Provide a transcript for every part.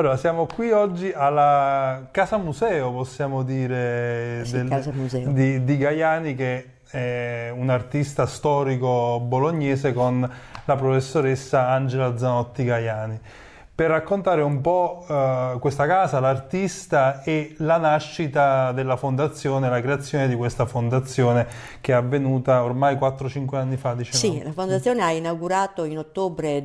Allora, siamo qui oggi alla Casa Museo, possiamo dire, Sì, Casa Museo. di Gaiani, che è un artista storico bolognese, con la professoressa Angela Zanotti Gaiani, per raccontare un po' questa casa, l'artista e la nascita della fondazione, la creazione di questa fondazione che è avvenuta ormai 4-5 anni fa, dicevamo. Sì, la fondazione ha inaugurato in ottobre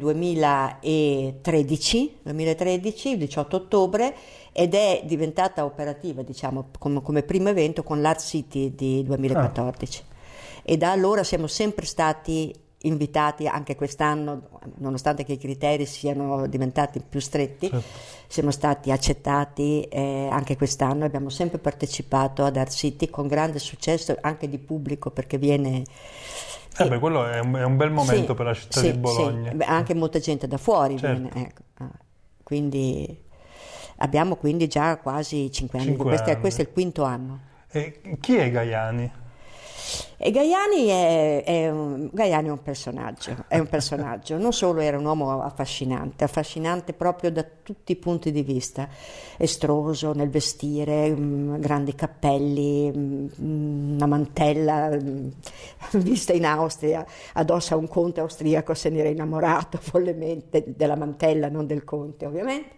2013, il 18 ottobre, ed è diventata operativa, diciamo, come primo evento con l'Art City di 2014. E da allora siamo sempre stati invitati, anche quest'anno, nonostante che i criteri siano diventati più stretti, siamo stati accettati anche quest'anno. Abbiamo sempre partecipato ad Art City con grande successo anche di pubblico, perché viene... quello è un bel momento per la città di Bologna. Sì. Anche molta gente da fuori certo. viene, ecco. Quindi abbiamo già quasi 5 anni. Questo è il quinto anno. E chi è Gaiani? E Gaiani è un personaggio, non solo era un uomo affascinante proprio da tutti i punti di vista, estroso nel vestire, grandi cappelli, una mantella vista in Austria, addosso a un conte austriaco, se ne era innamorato follemente della mantella, non del conte ovviamente,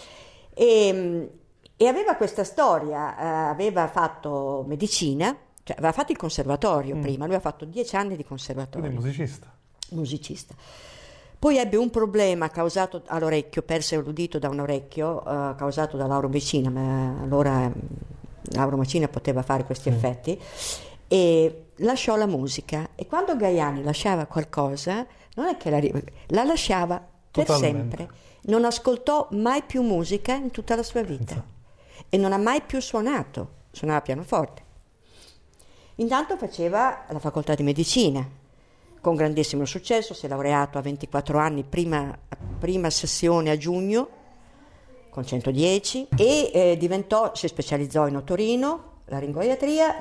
e aveva questa storia, aveva fatto medicina. Cioè, aveva fatto il conservatorio prima, lui ha fatto 10 anni di conservatorio. Quindi Musicista. Poi ebbe un problema causato all'orecchio, perse l'udito da un orecchio, causato da l'auromicina, ma allora l'auromicina poteva fare questi effetti, e lasciò la musica. E quando Gaiani lasciava qualcosa, non è che la lasciava per sempre. Non ascoltò mai più musica in tutta la sua vita. E non ha mai più suonava pianoforte. Intanto faceva la facoltà di medicina, con grandissimo successo, si è laureato a 24 anni, prima sessione a giugno, con 110, e si specializzò in otorino, laringoiatria,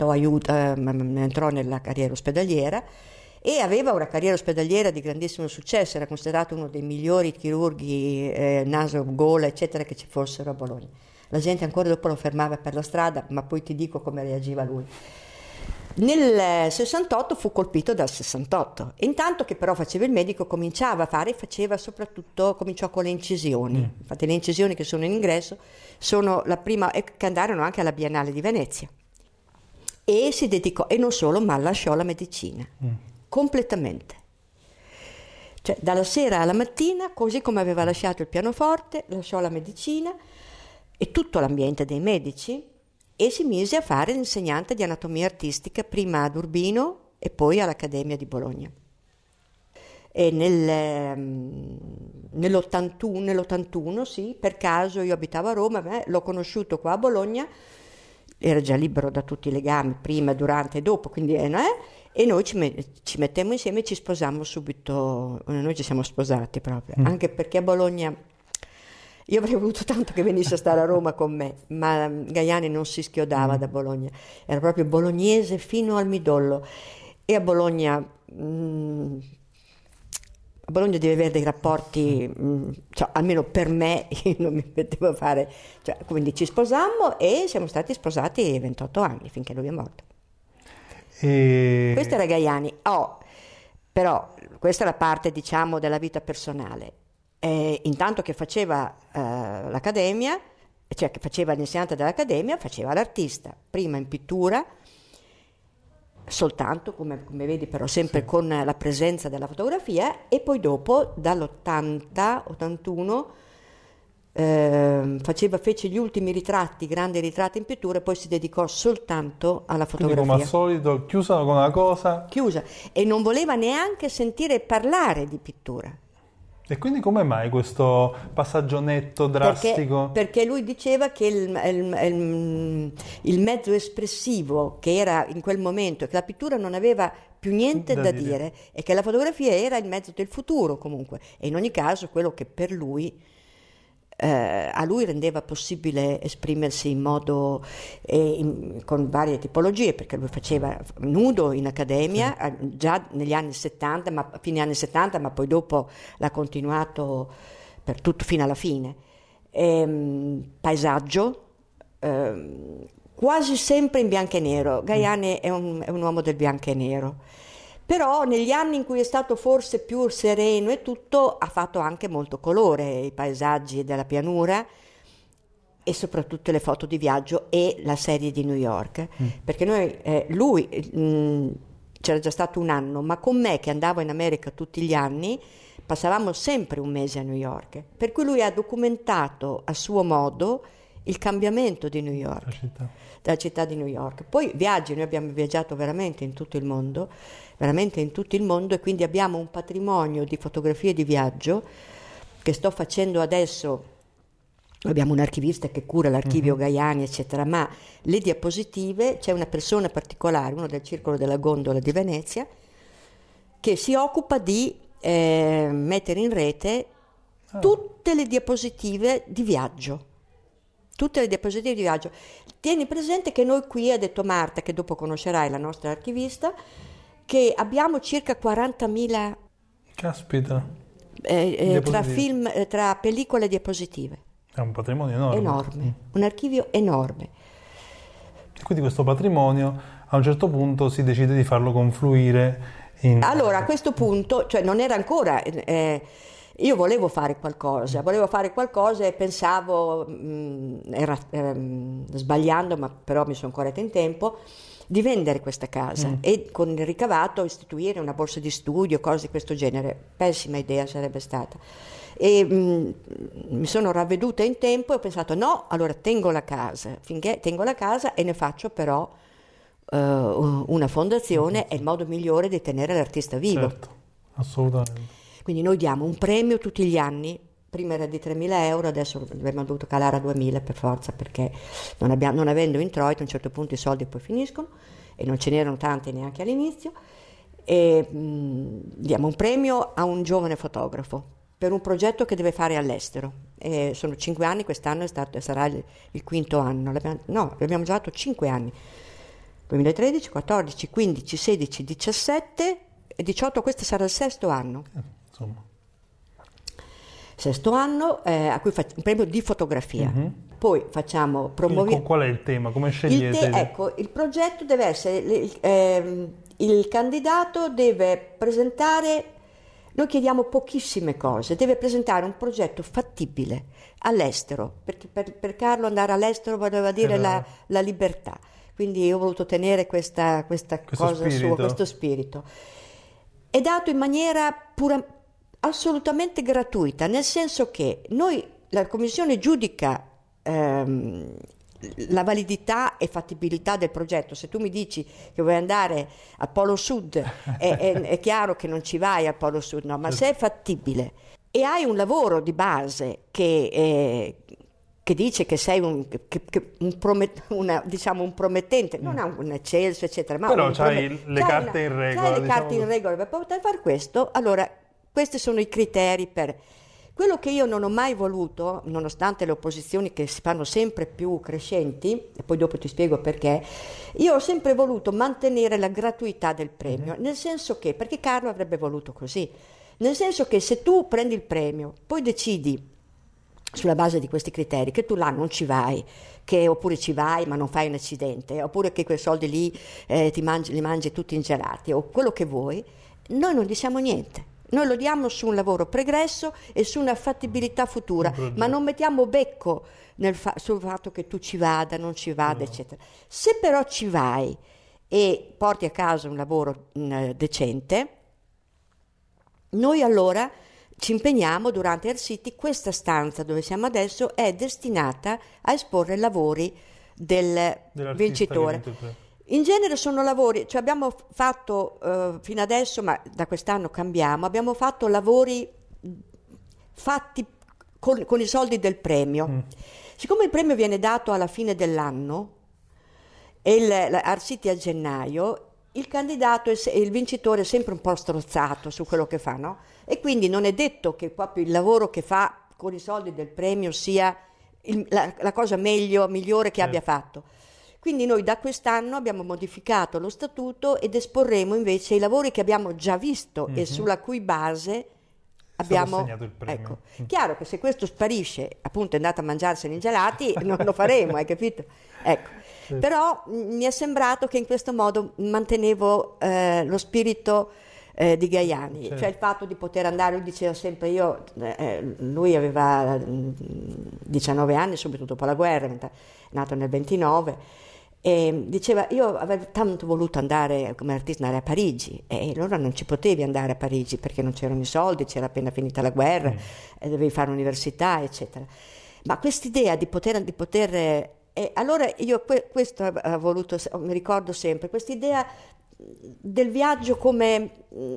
entrò nella carriera ospedaliera, e aveva una carriera ospedaliera di grandissimo successo, era considerato uno dei migliori chirurghi naso-gola, eccetera, che ci fossero a Bologna. La gente ancora dopo lo fermava per la strada, ma poi ti dico come reagiva lui. Nel 68 fu colpito dal 68, e intanto che però faceva il medico cominciò con le incisioni. Infatti le incisioni che sono in ingresso sono la prima, che andarono anche alla Biennale di Venezia, e si dedicò, e non solo, ma lasciò la medicina completamente, cioè dalla sera alla mattina, così come aveva lasciato il pianoforte, lasciò la medicina e tutto l'ambiente dei medici, e si mise a fare l'insegnante di anatomia artistica prima ad Urbino e poi all'Accademia di Bologna. E nell'81, sì, per caso io abitavo a Roma, l'ho conosciuto qua a Bologna, era già libero da tutti i legami, prima, durante e dopo, quindi e noi ci mettemmo insieme e ci sposammo subito. Noi ci siamo sposati proprio, anche perché a Bologna io avrei voluto tanto che venisse a stare a Roma con me, ma Gaiani non si schiodava da Bologna, era proprio bolognese fino al midollo, e a Bologna devi avere dei rapporti, cioè, almeno per me, io non mi mettevo a fare, cioè, quindi ci sposammo e siamo stati sposati 28 anni finché lui è morto. Questo era Gaiani. Però questa è la parte, diciamo, della vita personale. Intanto che faceva l'accademia, cioè che faceva l'insegnante dell'accademia, faceva l'artista, prima in pittura, soltanto, come vedi, però sempre con la presenza della fotografia, e poi dopo, dall'80-81, fece gli ultimi ritratti, grandi ritratti in pittura, e poi si dedicò soltanto alla fotografia. Quindi, come al solito, chiusa con una cosa. Chiusa, e non voleva neanche sentire parlare di pittura. E quindi come mai questo passaggio netto, drastico? Perché lui diceva che il mezzo espressivo che era in quel momento, che la pittura non aveva più niente da dire, e che la fotografia era il mezzo del futuro comunque, e in ogni caso quello che per lui a lui rendeva possibile esprimersi in modo con varie tipologie, perché lui faceva nudo in accademia, già negli anni 70, fine anni 70, ma poi dopo l'ha continuato per tutto fino alla fine. paesaggio, quasi sempre in bianco e nero. Gaiani è un uomo del bianco e nero. Però negli anni in cui è stato forse più sereno e tutto, ha fatto anche molto colore, i paesaggi della pianura e soprattutto le foto di viaggio e la serie di New York. Perché lui c'era già stato un anno, ma con me che andavo in America tutti gli anni, passavamo sempre un mese a New York. Per cui lui ha documentato a suo modo il cambiamento di New York, della città di New York. Poi viaggi, noi abbiamo viaggiato veramente in tutto il mondo, e quindi abbiamo un patrimonio di fotografie di viaggio che sto facendo adesso. Abbiamo un archivista che cura l'archivio Gaiani, eccetera, ma le diapositive, c'è una persona particolare, uno del Circolo della Gondola di Venezia, che si occupa di mettere in rete tutte le diapositive di viaggio. Tutte le diapositive di viaggio. Tieni presente che noi qui, ha detto Marta, che dopo conoscerai, la nostra archivista, che abbiamo circa 40.000 Caspita. Tra film, tra pellicole e diapositive. È un patrimonio enorme. Enorme, un archivio enorme. E quindi questo patrimonio a un certo punto si decide di farlo confluire in... Allora, a questo punto, cioè non era ancora... io volevo fare qualcosa e pensavo, sbagliando, ma però mi sono corretta in tempo, di vendere questa casa e con il ricavato istituire una borsa di studio, cose di questo genere. Pessima idea sarebbe stata. E mi sono ravveduta in tempo e ho pensato no, allora tengo la casa, finché tengo la casa e ne faccio però una fondazione, è il modo migliore di tenere l'artista vivo. Certo, assolutamente. Quindi noi diamo un premio tutti gli anni, prima era di 3.000 euro, adesso abbiamo dovuto calare a 2.000 per forza, perché non avendo introito a un certo punto i soldi poi finiscono e non ce n'erano tanti neanche all'inizio, e diamo un premio a un giovane fotografo per un progetto che deve fare all'estero. Sono 5 anni, quest'anno sarà il quinto anno, abbiamo già fatto 5 anni, 2013, 14, 15, 16, 17 e 18, questo sarà il sesto anno. Insomma. Sesto anno a cui facciamo un premio di fotografia. Poi facciamo promuovere. Qual è il tema? Come scegliete? Ecco, il progetto deve essere il candidato deve presentare. Noi chiediamo pochissime cose, deve presentare un progetto fattibile all'estero, perché per Carlo andare all'estero voleva dire la libertà, quindi ho voluto tenere questa cosa sua, questo spirito. È dato in maniera assolutamente gratuita, nel senso che la Commissione giudica la validità e fattibilità del progetto. Se tu mi dici che vuoi andare al Polo Sud, è chiaro che non ci vai al Polo Sud, no, ma se è fattibile e hai un lavoro di base che dice che sei un promettente, non ha un eccelso, eccetera, ma però c'hai le carte in regola. C'hai le carte in regola per poter fare questo, allora questi sono i criteri per... Quello che io non ho mai voluto, nonostante le opposizioni che si fanno sempre più crescenti, e poi dopo ti spiego perché, io ho sempre voluto mantenere la gratuità del premio, nel senso che, perché Carlo avrebbe voluto così, nel senso che se tu prendi il premio, poi decidi sulla base di questi criteri che tu là non ci vai, oppure ci vai ma non fai un accidente, oppure che quei soldi lì li mangi tutti ingelati, o quello che vuoi, noi non diciamo niente. Noi lo diamo su un lavoro pregresso e su una fattibilità futura, ma non mettiamo becco sul fatto che tu ci vada, non ci vada, eccetera. Se però ci vai e porti a casa un lavoro decente, noi allora ci impegniamo durante Air City. Questa stanza dove siamo adesso è destinata a esporre lavori del vincitore. In genere sono lavori, cioè abbiamo fatto fino adesso, ma da quest'anno abbiamo fatto lavori fatti con i soldi del premio. Siccome il premio viene dato alla fine dell'anno e l'Art City a gennaio, il candidato e il vincitore è sempre un po' strozzato su quello che fa, no? E quindi non è detto che proprio il lavoro che fa con i soldi del premio sia la cosa migliore che abbia fatto. Quindi noi da quest'anno abbiamo modificato lo statuto ed esporremo invece i lavori che abbiamo già visto e sulla cui base abbiamo assegnato il premio. Ecco, chiaro che se questo sparisce, appunto è andato a mangiarsene i gelati, non lo faremo, hai capito? Ecco. Sì. Però mi è sembrato che in questo modo mantenevo lo spirito di Gaiani, Certo. cioè il fatto di poter andare, lui diceva sempre lui aveva 19 anni subito dopo la guerra, è nato nel 29, e diceva io avevo tanto voluto andare come artista andare a Parigi, e allora non ci potevi andare a Parigi perché non c'erano i soldi, c'era appena finita la guerra, e dovevi fare università, eccetera. Ma quest'idea di poter e allora io questo ho voluto, mi ricordo sempre, quest'idea del viaggio come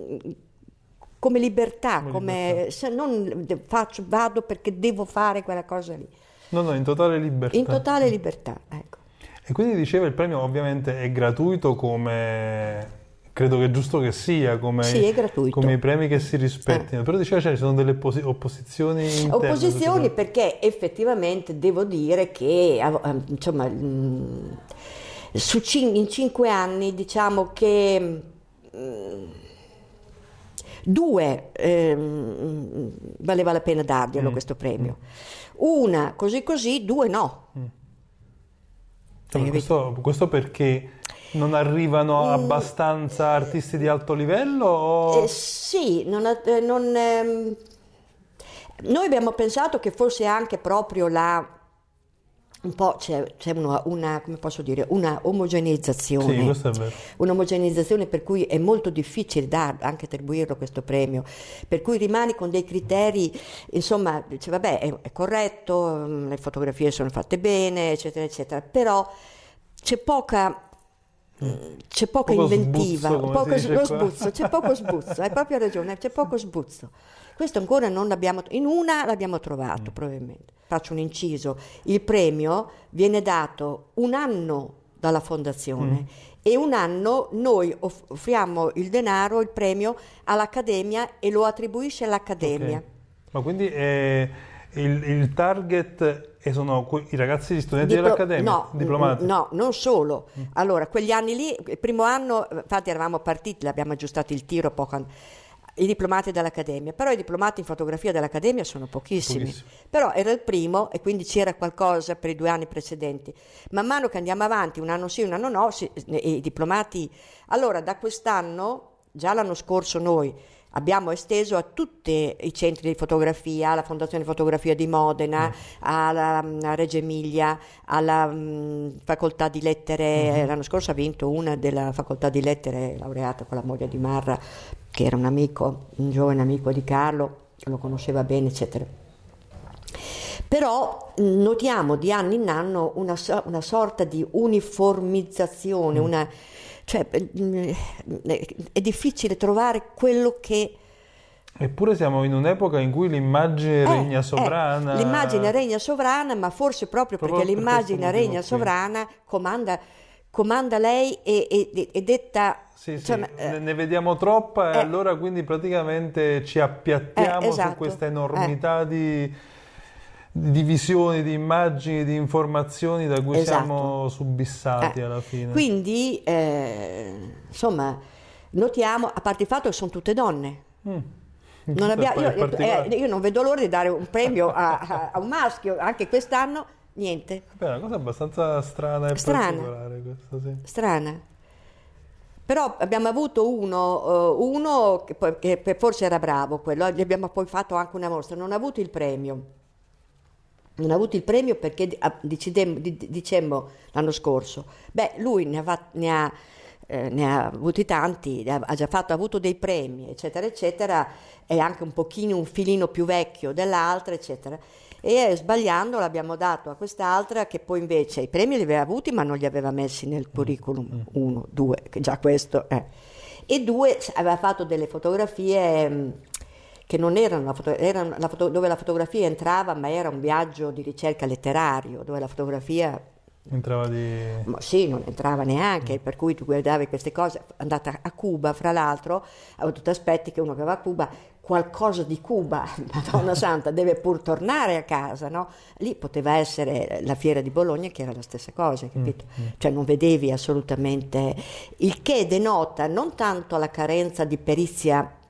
libertà, se non vado perché devo fare quella cosa lì. No, in totale libertà. In totale libertà, ecco. E quindi diceva il premio ovviamente è gratuito come... Credo che è giusto che sia, Sì, è gratuito. come i premi che si rispettino. Però diceva ci sono delle opposizioni interne. Opposizioni perché effettivamente devo dire che insomma in 5 anni diciamo che 2 valeva la pena darglielo questo premio. Una così, 2 no. Questo perché non arrivano abbastanza artisti di alto livello? Sì, noi abbiamo pensato che fosse anche proprio un po' c'è una come posso dire, una omogeneizzazione. Sì, questo è vero. Un'omogeneizzazione per cui è molto difficile anche attribuirlo questo premio, per cui rimani con dei criteri, insomma, dice vabbè è corretto, le fotografie sono fatte bene, eccetera, eccetera, però c'è poca inventiva, c'è poco sbuzzo, hai proprio ragione, c'è poco sbuzzo. Questo ancora non l'abbiamo, in una l'abbiamo trovato probabilmente. Faccio un inciso, il premio viene dato un anno dalla fondazione e un anno noi offriamo il denaro, il premio all'Accademia e lo attribuisce all'Accademia. Okay. Ma quindi il target sono i ragazzi di studenti dell'Accademia? Diplomati? No, non solo. Allora, quegli anni lì, il primo anno, infatti eravamo partiti, l'abbiamo aggiustato il tiro poco i diplomati dell'Accademia, però i diplomati in fotografia dell'Accademia sono pochissimi. Però era il primo e quindi c'era qualcosa per i 2 anni precedenti. Man mano che andiamo avanti, un anno sì, un anno no, i diplomati... Allora, da quest'anno, già l'anno scorso noi abbiamo esteso a tutti i centri di fotografia, alla Fondazione Fotografia di Modena, alla Reggio Emilia, alla Facoltà di Lettere, l'anno scorso ha vinto una della Facoltà di Lettere, laureata con la moglie di Marra, che era un giovane amico di Carlo, che lo conosceva bene, eccetera. Però notiamo di anno in anno una sorta di uniformizzazione, cioè è difficile trovare quello che... Eppure siamo in un'epoca in cui l'immagine regna sovrana. L'immagine regna sovrana, ma forse proprio perché l'immagine regna sovrana comanda lei e detta... Sì, ne vediamo troppa e allora quindi praticamente ci appiattiamo su questa enormità di visioni, di immagini, di informazioni da cui siamo subissati alla fine. Quindi, insomma, notiamo, a parte il fatto che sono tutte donne. Io non vedo l'ora di dare un premio a un maschio, anche quest'anno niente. È una cosa abbastanza strana e particolare questa, sì. Strana. Però abbiamo avuto uno che forse era bravo, quello, gli abbiamo poi fatto anche una mostra, non ha avuto il premio. Non ha avuto il premio perché dicemmo l'anno scorso, lui ne ha avuti tanti, ha avuto dei premi, eccetera, eccetera, è anche un filino più vecchio dell'altra, eccetera. E sbagliando l'abbiamo dato a quest'altra che poi invece i premi li aveva avuti ma non li aveva messi nel curriculum, 1, 2, che già questo è. E 2, aveva fatto delle fotografie che non erano dove la fotografia entrava, ma era un viaggio di ricerca letterario, dove la fotografia... Entrava sì, non entrava neanche, per cui tu guardavi queste cose, andata a Cuba, fra l'altro, tu ti aspetti che uno che va a Cuba, qualcosa di Cuba, Madonna Santa, deve pur tornare a casa, no? Lì poteva essere la fiera di Bologna che era la stessa cosa, capito? Cioè non vedevi assolutamente, il che denota non tanto la carenza di perizia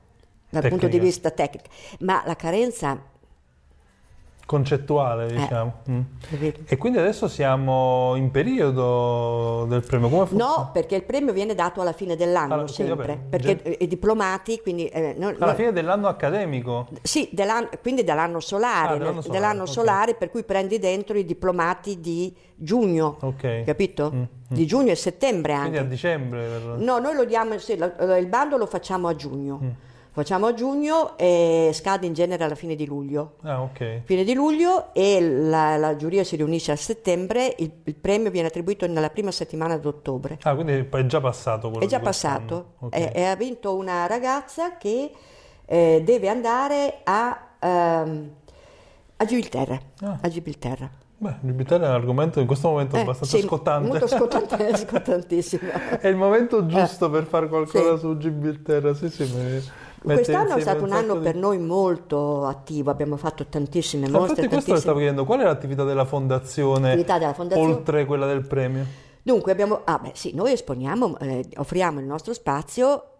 dal punto di vista tecnico, ma la carenza concettuale, diciamo. capito? E quindi adesso siamo in periodo del premio, come funziona? No, perché il premio viene dato alla fine dell'anno, Allora, quindi, sempre, vabbè, perché i diplomati, quindi... alla fine dell'anno accademico? Sì, quindi dell'anno solare, dell'anno solare, per cui prendi dentro i diplomati di giugno, Ok. capito? Di giugno e settembre Quindi anche. a dicembre? No, noi lo diamo, sì, il bando lo facciamo a giugno. Facciamo a giugno e scade in genere alla fine di luglio. Ah, ok. Fine di luglio e la giuria si riunisce a settembre, il premio viene attribuito nella prima settimana d'ottobre. Ah, quindi è già passato quello È già di quest'anno. passato, Ok. e ha vinto una ragazza che deve andare a Gibilterra. Ah. A Gibilterra. Beh, l'Inghilterra è un argomento in questo momento abbastanza sì, scottante. molto scottante, scottantissimo. È il momento giusto per fare qualcosa su Gibilterra, sì, Quest'anno è stato un anno per noi molto attivo, abbiamo fatto tantissime mostre. Infatti questo le stavo chiedendo, qual è l'attività della fondazione, oltre quella del premio? Dunque noi esponiamo, offriamo il nostro spazio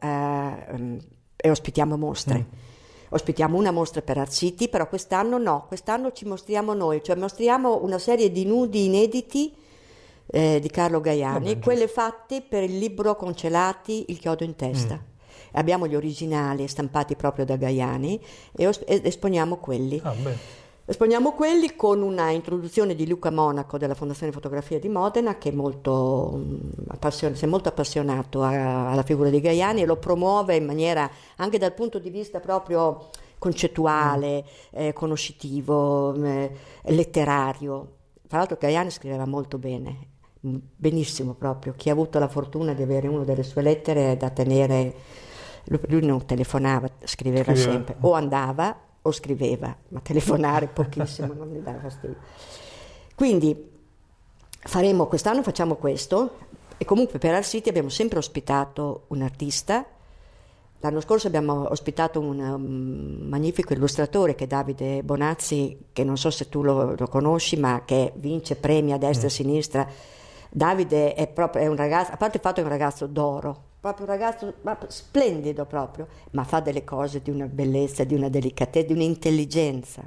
e ospitiamo mostre. Ospitiamo una mostra per Art City, però quest'anno no, quest'anno ci mostriamo noi, cioè mostriamo una serie di nudi inediti di Carlo Gaiani, quelle fatte per il libro Concelati, il chiodo in testa. Abbiamo gli originali stampati proprio da Gaiani e esponiamo quelli. Esponiamo quelli con una introduzione di Luca Monaco della Fondazione Fotografia di Modena, che è molto si è molto appassionato alla figura di Gaiani e lo promuove in maniera anche dal punto di vista proprio concettuale, conoscitivo, letterario. Tra l'altro Gaiani scriveva molto bene, benissimo proprio. Chi ha avuto la fortuna di avere una delle sue lettere da tenere, lui non telefonava, scriveva sempre, o andava o scriveva, ma telefonare pochissimo, non mi dava fastidio. Quindi quest'anno facciamo questo, e comunque per Art City abbiamo sempre ospitato un artista. L'anno scorso abbiamo ospitato un magnifico illustratore che è Davide Bonazzi, che non so se tu lo conosci, ma che vince premi a destra e a sinistra. Davide è un ragazzo, a parte il fatto che è un ragazzo d'oro, proprio un ragazzo splendido proprio, ma fa delle cose di una bellezza, di una delicatezza, di un'intelligenza.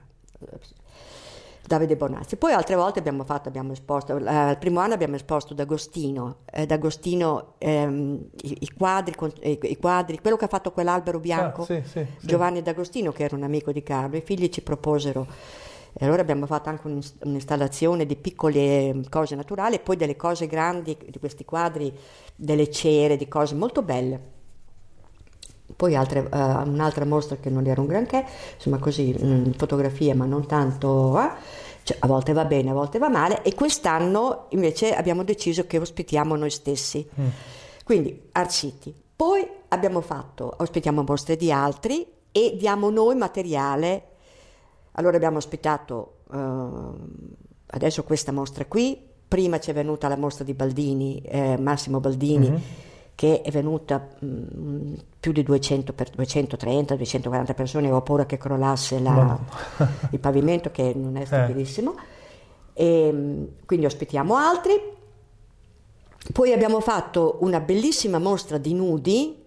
Davide Bonazzi. Poi altre volte abbiamo esposto, il primo anno abbiamo esposto D'Agostino, i quadri, quello che ha fatto quell'albero bianco, sì. Giovanni D'Agostino, che era un amico di Carlo. I figli ci proposero, e allora abbiamo fatto anche un'installazione di piccole cose naturali e poi delle cose grandi di questi quadri, delle cere, di cose molto belle. Poi un'altra mostra che non era un granché, insomma così, fotografie ma non tanto, cioè, a volte va bene, a volte va male, e quest'anno invece abbiamo deciso che ospitiamo noi stessi, quindi Art City. Poi ospitiamo mostre di altri e diamo noi materiale. Allora abbiamo ospitato adesso questa mostra qui, prima c'è venuta la mostra di Baldini, Massimo Baldini, che è venuta più di 200 per 230, 240 persone, ho paura che crollasse il pavimento, che non è stabilissimo, e quindi ospitiamo altri. Poi abbiamo fatto una bellissima mostra di nudi,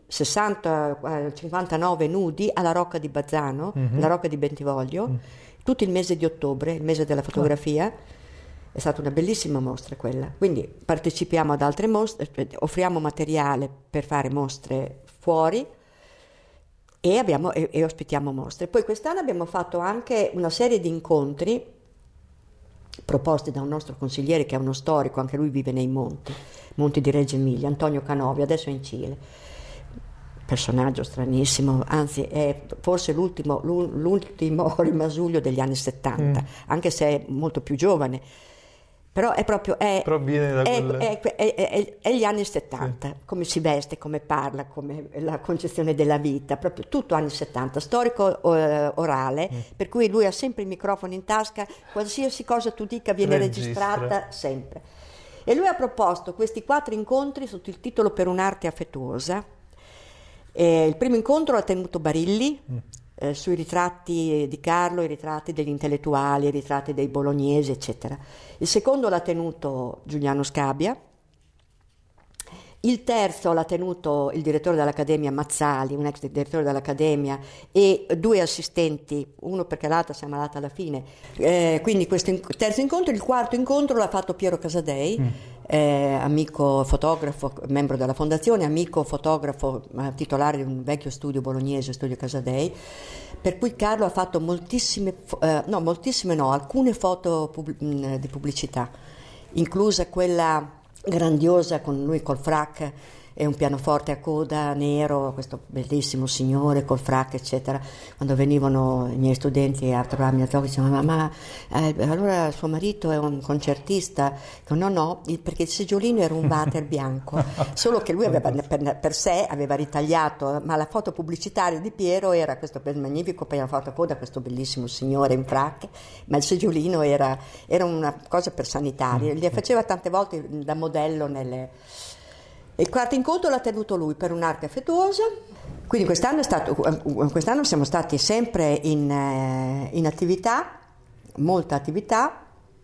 59 nudi alla Rocca di Bazzano, la Rocca di Bentivoglio, tutto il mese di ottobre, il mese della fotografia. È stata una bellissima mostra quella, quindi partecipiamo ad altre mostre, offriamo materiale per fare mostre fuori e ospitiamo mostre. Poi quest'anno abbiamo fatto anche una serie di incontri proposti da un nostro consigliere che è uno storico, anche lui vive nei monti di Reggio Emilia, Antonio Canovio, adesso è in Cile. Personaggio stranissimo, anzi è forse l'ultimo rimasuglio degli anni 70, anche se è molto più giovane. Però Però viene da è gli anni 70, come si veste, come parla, come la concezione della vita, proprio tutto anni 70, storico orale, per cui lui ha sempre il microfono in tasca, qualsiasi cosa tu dica viene registrata sempre. E lui ha proposto questi 4 incontri sotto il titolo Per un'arte affettuosa. Il primo incontro l'ha tenuto Barilli, sui ritratti di Carlo, i ritratti degli intellettuali, i ritratti dei bolognesi, eccetera. Il secondo l'ha tenuto Giuliano Scabbia. Il terzo l'ha tenuto il direttore dell'Accademia Mazzali, un ex direttore dell'Accademia, e 2 assistenti, uno perché l'altra si è ammalata alla fine. Quindi questo terzo incontro. Il quarto incontro l'ha fatto Piero Casadei, amico fotografo, membro della fondazione, amico fotografo, titolare di un vecchio studio bolognese, Studio Casadei, per cui Carlo ha fatto alcune foto di pubblicità, inclusa quella grandiosa con lui col frac e un pianoforte a coda nero, questo bellissimo signore col frac eccetera. Quando venivano i miei studenti a trovarmi a gioco dicevano allora suo marito è un concertista? Dico, no, perché il seggiolino era un water bianco, solo che lui aveva per sé aveva ritagliato, ma la foto pubblicitaria di Piero era questo bel magnifico pianoforte a coda, questo bellissimo signore in frac, ma il seggiolino era una cosa per sanitaria, li faceva tante volte da modello nelle... Il quarto incontro l'ha tenuto lui per un'arte affettuosa, quindi quest'anno siamo stati sempre in attività, molta attività.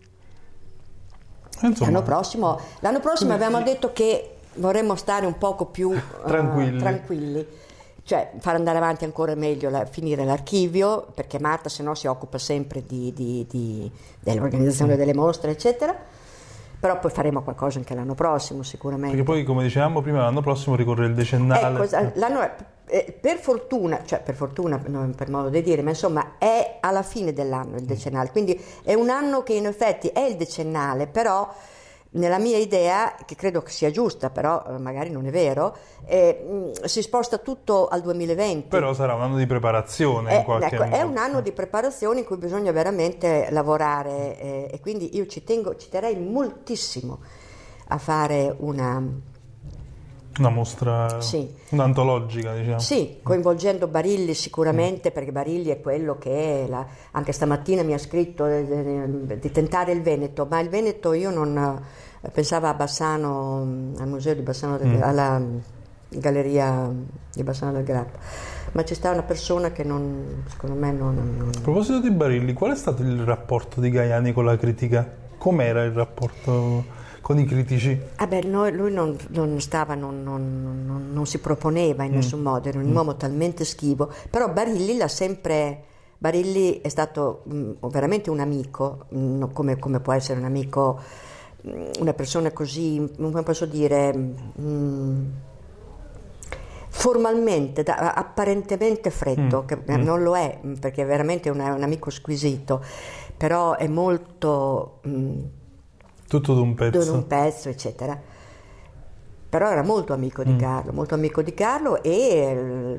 L'anno prossimo abbiamo detto che vorremmo stare un poco più tranquilli, cioè far andare avanti ancora meglio, finire l'archivio, perché Marta se no si occupa sempre dell'organizzazione delle mostre eccetera. Però poi faremo qualcosa anche l'anno prossimo sicuramente. Perché poi, come dicevamo prima, l'anno prossimo ricorre il decennale. Per fortuna, per modo di dire, ma insomma è alla fine dell'anno il decennale, quindi è un anno che in effetti è il decennale, però nella mia idea, che credo che sia giusta, però magari non è vero, si sposta tutto al 2020. Però sarà un anno di preparazione in qualche modo. È un anno di preparazione in cui bisogna veramente lavorare e quindi io ci terrei moltissimo a fare una mostra, sì, un'antologica, diciamo. Sì, coinvolgendo Barilli sicuramente, perché Barilli è quello che anche stamattina mi ha scritto di tentare il Veneto, ma il Veneto io non pensavo a Bassano, al museo di Bassano, alla galleria di Bassano del Grappa, ma ci sta una persona che secondo me non... A proposito di Barilli, qual è stato il rapporto di Gaiani con la critica? Com'era il rapporto con i critici? Lui non si proponeva in nessun modo, era un uomo talmente schivo, però Barilli è stato veramente un amico, come può essere un amico, una persona così, come posso dire, formalmente, apparentemente freddo, che non lo è, perché è veramente un amico squisito, però è molto... tutto d'un pezzo, eccetera. Però era molto amico di Carlo, e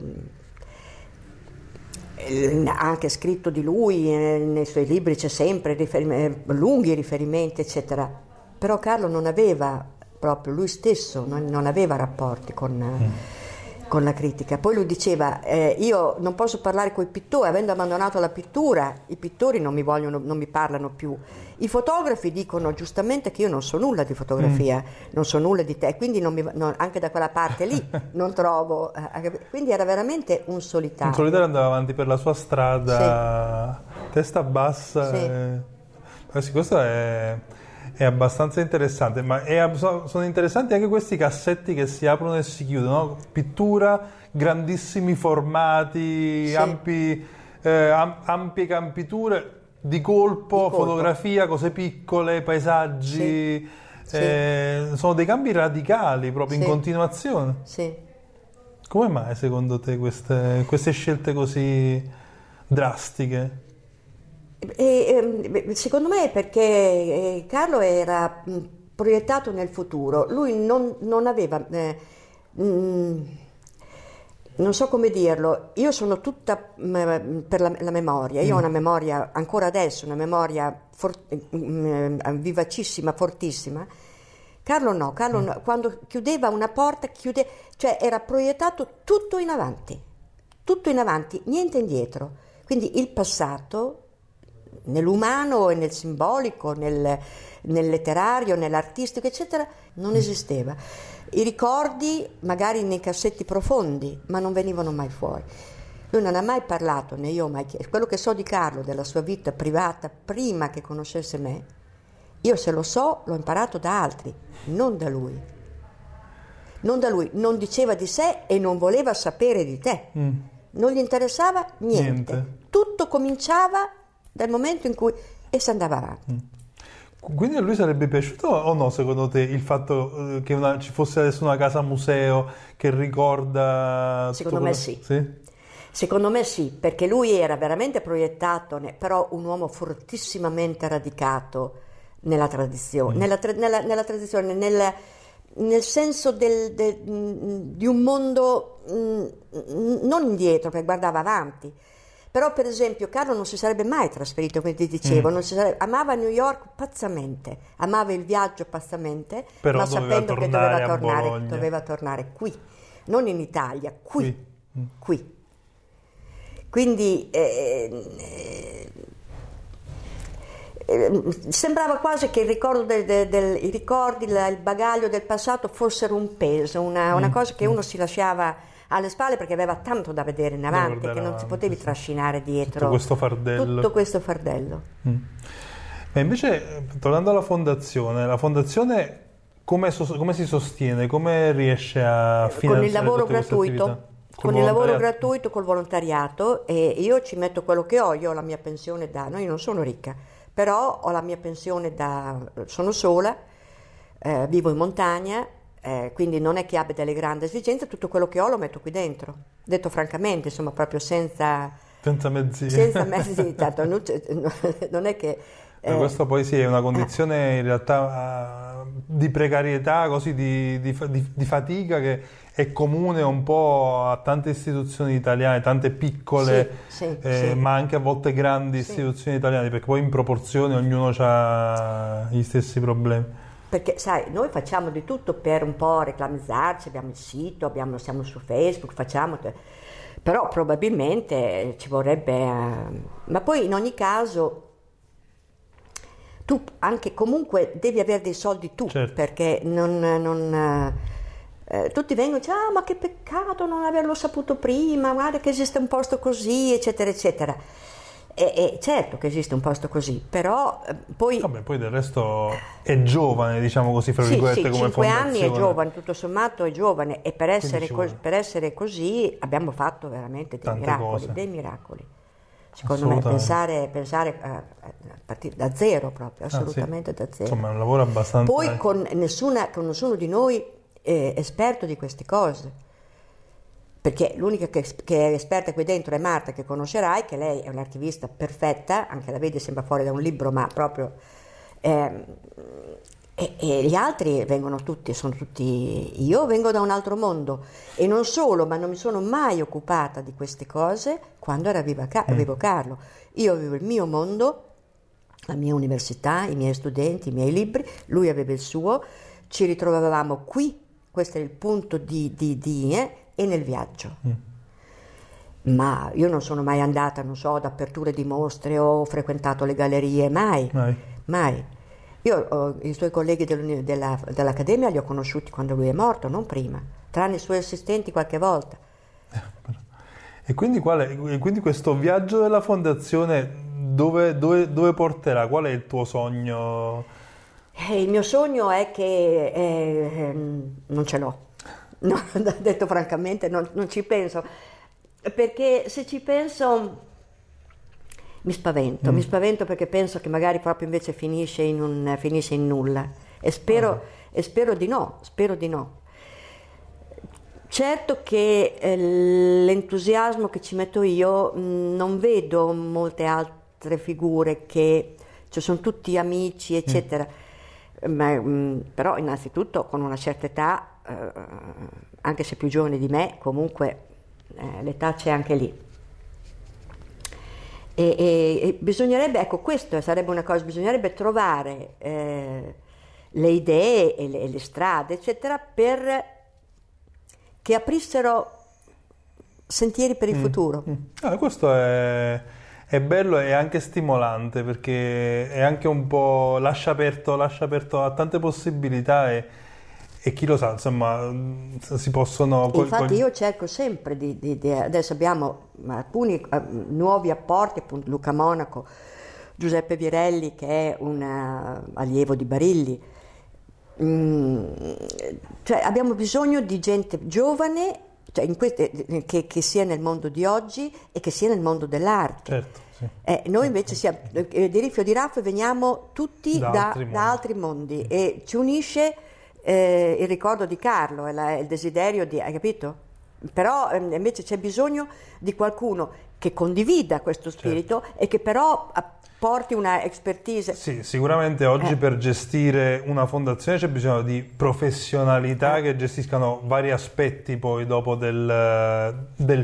ha anche scritto di lui, nei suoi libri c'è sempre lunghi riferimenti, eccetera. Però Carlo non aveva proprio, lui stesso non aveva rapporti con la critica. Poi lui diceva io non posso parlare con i pittori, avendo abbandonato la pittura, i pittori non mi parlano più. I fotografi dicono giustamente che io non so nulla di fotografia, non so nulla di te, quindi anche da quella parte lì non trovo. Quindi era veramente un solitario. Un solitario, andava avanti per la sua strada, sì, testa bassa. Sì. Sì, questo è abbastanza interessante, ma sono interessanti anche questi cassetti che si aprono e si chiudono, pittura, grandissimi formati, sì, ampie campiture, di colpo, fotografia, cose piccole, paesaggi, sì. Sono dei cambi radicali proprio, sì, in continuazione. Sì. Come mai secondo te queste scelte così drastiche? Secondo me è perché Carlo era proiettato nel futuro, lui non aveva, non so come dirlo, io sono tutta per la memoria, io ho una memoria, ancora adesso, una memoria vivacissima, fortissima. Carlo no, quando chiudeva una porta, cioè era proiettato tutto in avanti, niente indietro, quindi il passato, nell'umano e nel simbolico, nel letterario, nell'artistico, eccetera, non esisteva. I ricordi magari nei cassetti profondi, ma non venivano mai fuori. Lui non ha mai parlato, né io ho mai chiesto. Quello che so di Carlo, della sua vita privata, prima che conoscesse me, io se lo so, l'ho imparato da altri, non da lui. non da lui, non diceva di sé e non voleva sapere di te. Non gli interessava niente. Tutto cominciava dal momento in cui e si andava avanti. Quindi a lui sarebbe piaciuto o no, secondo te, il fatto che ci fosse adesso una casa museo che ricorda... Secondo me sì. Secondo me sì, perché lui era veramente proiettato, però un uomo fortissimamente radicato nella tradizione, nella tradizione, nel senso di un mondo non indietro, che guardava avanti. Però per esempio Carlo non si sarebbe mai trasferito, come ti dicevo, amava New York pazzamente, amava il viaggio pazzamente, però ma sapendo che doveva tornare qui, non in Italia, qui. Quindi sembrava quasi che il ricordo i ricordi, il bagaglio del passato fossero un peso, una cosa che uno si lasciava alle spalle perché aveva tanto da vedere in avanti, che non si potevi trascinare dietro tutto questo fardello. E invece, tornando alla fondazione, la fondazione come si sostiene? Come riesce a finanziare con il lavoro gratuito? Con il lavoro gratuito, col volontariato, e io ci metto quello che ho. Io ho la mia pensione no, io non sono ricca, però ho la mia pensione sono sola, vivo in montagna, quindi non è che abbia delle grandi esigenze, tutto quello che ho lo metto qui dentro, detto francamente, insomma, proprio senza mezzi, certo, non è che... questo poi sì, è una condizione in realtà di precarietà, così di fatica che è comune un po' a tante istituzioni italiane, tante piccole, ma anche a volte grandi istituzioni italiane, perché poi in proporzione ognuno ha gli stessi problemi. Perché sai, noi facciamo di tutto per un po' reclamizzarci, abbiamo il sito, siamo su Facebook, però probabilmente ci vorrebbe... ma poi in ogni caso tu anche comunque devi avere dei soldi tu, certo. Perché tutti vengono e dicono ma che peccato non averlo saputo prima, guarda che esiste un posto così, eccetera, eccetera. E certo che esiste un posto così, però poi... Vabbè, poi del resto è giovane, diciamo così, fra virgolette, come 5 anni è giovane, tutto sommato è giovane, e per essere così abbiamo fatto veramente dei miracoli. Secondo me pensare a partire da zero proprio, assolutamente da zero. Insomma, è un lavoro abbastanza... Poi con nessuno di noi è esperto di queste cose. Perché l'unica che è esperta qui dentro è Marta, che conoscerai, che lei è un'archivista perfetta, anche la vedi, sembra fuori da un libro, ma proprio... e gli altri sono tutti... Io vengo da un altro mondo, e non solo, ma non mi sono mai occupata di queste cose quando avevo Carlo. Io avevo il mio mondo, la mia università, i miei studenti, i miei libri, lui aveva il suo, ci ritrovavamo qui, questo è il punto e nel viaggio. Ma io non sono mai andata, non so, ad aperture di mostre o ho frequentato le gallerie, mai. Io i suoi colleghi dell'Accademia li ho conosciuti quando lui è morto, non prima, tranne i suoi assistenti qualche volta. E quindi quindi questo viaggio della fondazione dove porterà? Qual è il tuo sogno? Il mio sogno è che non ce l'ho. No, detto francamente, non ci penso, perché se ci penso mi spavento perché penso che magari proprio invece finisce in nulla, e spero di no. Certo che l'entusiasmo che ci metto io, non vedo molte altre figure che sono tutti amici, eccetera. Però innanzitutto con una certa età, anche se più giovane di me, comunque l'età c'è anche lì, e bisognerebbe, ecco, questo sarebbe una cosa, bisognerebbe trovare le idee e le strade, eccetera, per che aprissero sentieri per il futuro. Questo è bello e anche stimolante, perché è anche un po' lascia aperto a tante possibilità, e chi lo sa, insomma, si possono... Infatti io cerco sempre adesso abbiamo alcuni nuovi apporti, appunto Luca Monaco, Giuseppe Virelli, che è un allievo di Barilli, cioè abbiamo bisogno di gente giovane, cioè che sia nel mondo di oggi e che sia nel mondo dell'arte. Certo, sì. Noi invece siamo, di Riffio di Raffo veniamo tutti da altri mondi e ci unisce il ricordo di Carlo e il desiderio di, hai capito? Però invece c'è bisogno di qualcuno che condivida questo spirito, certo, e che però porti una expertise. Sì, sicuramente oggi per gestire una fondazione c'è bisogno di professionalità che gestiscano vari aspetti poi dopo del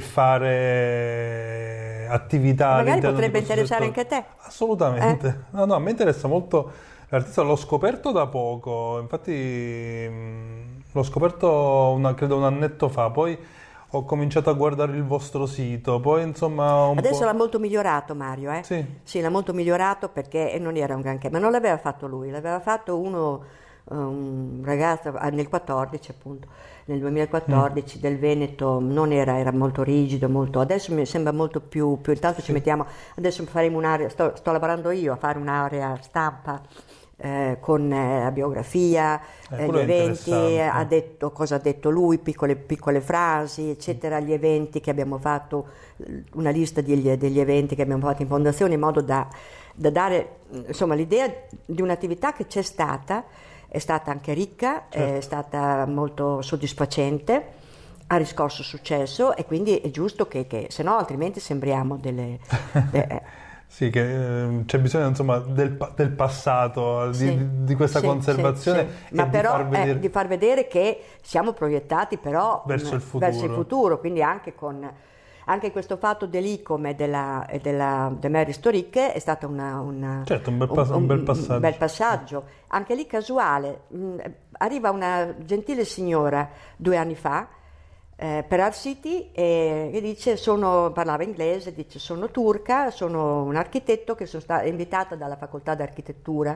fare attività. Magari potrebbe interessare anche a te. Assolutamente. No, a me interessa molto l'artista, l'ho scoperto da poco, infatti l'ho scoperto credo un annetto fa, poi ho cominciato a guardare il vostro sito, poi insomma adesso l'ha molto migliorato Mario, Sì. Sì, l'ha molto migliorato perché non era un granché, ma non l'aveva fatto lui, l'aveva fatto un ragazzo nel 14 appunto, nel 2014 del Veneto, non era molto rigido, adesso mi sembra molto più intanto ci mettiamo, adesso faremo un'area, sto lavorando io a fare un'area stampa, con la biografia, gli eventi, ha detto cosa ha detto lui, piccole frasi, eccetera, gli eventi che abbiamo fatto, una lista degli eventi che abbiamo fatto in fondazione, in modo da dare insomma l'idea di un'attività che c'è stata, è stata anche ricca, certo, è stata molto soddisfacente, ha riscosso successo e quindi è giusto che se no altrimenti sembriamo delle Sì, che c'è bisogno insomma del passato, di questa conservazizione, ma però di far vedere che siamo proiettati però verso il futuro, quindi anche questo fatto dell'ICOM e della Mère Historique è stato un bel passaggio. Un bel passaggio. Anche lì casuale, arriva una gentile signora 2 anni fa per Art City e dice, parlava inglese, dice sono turca, sono un architetto che sono stata invitata dalla facoltà di architettura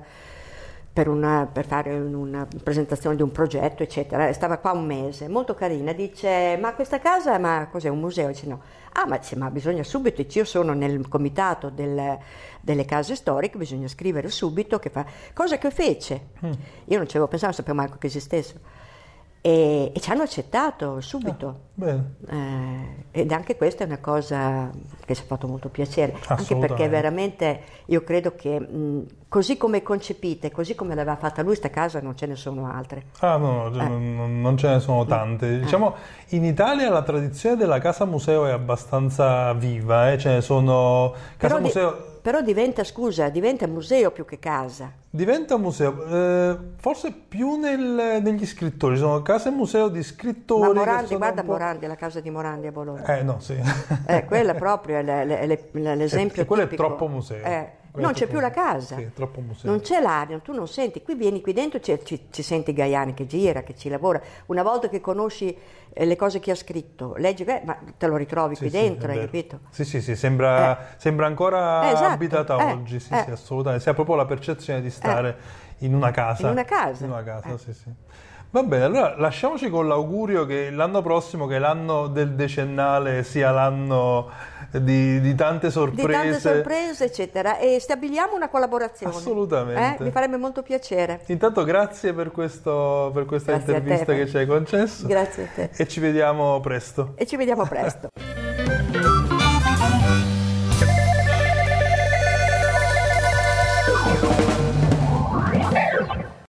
per fare una presentazione di un progetto, eccetera. Stava qua un mese, molto carina, dice ma questa casa, ma cos'è, un museo? Dice no. Ma bisogna subito, dice, io sono nel comitato delle case storiche, bisogna scrivere subito, cosa che fece. Io non ci avevo pensato, non sapevo manco che esistessero. E ci hanno accettato subito, ed anche questa è una cosa che ci ha fatto molto piacere, anche perché veramente io credo che così come è concepita e così come l'aveva fatta lui, sta casa non ce ne sono altre. Non ce ne sono tante. Diciamo, in Italia la tradizione della casa museo è abbastanza viva, ce ne sono casa museo. Però diventa museo più che casa. Diventa museo, forse più negli scrittori, sono case museo di scrittori. Ma Morandi, guarda Morandi, la casa di Morandi a Bologna. No, sì. Quella proprio è l'esempio quello tipico. È troppo museo. Non c'è più la casa, sì, troppo museo. Non c'è l'aria, tu non senti, vieni qui dentro, ci senti Gaiani che gira, che ci lavora, una volta che conosci le cose che ha scritto, leggi, ma te lo ritrovi qui dentro, hai capito? Sì, sembra ancora abitata oggi, sì, assolutamente, si ha proprio la percezione di stare in una casa. In una casa, sì. Va bene, allora lasciamoci con l'augurio che l'anno prossimo, che è l'anno del decennale, sia l'anno di tante sorprese. Di tante sorprese, eccetera, e stabiliamo una collaborazione. Assolutamente. Mi farebbe molto piacere. Intanto grazie per questa intervista che ci hai concesso. Grazie a te. E ci vediamo presto.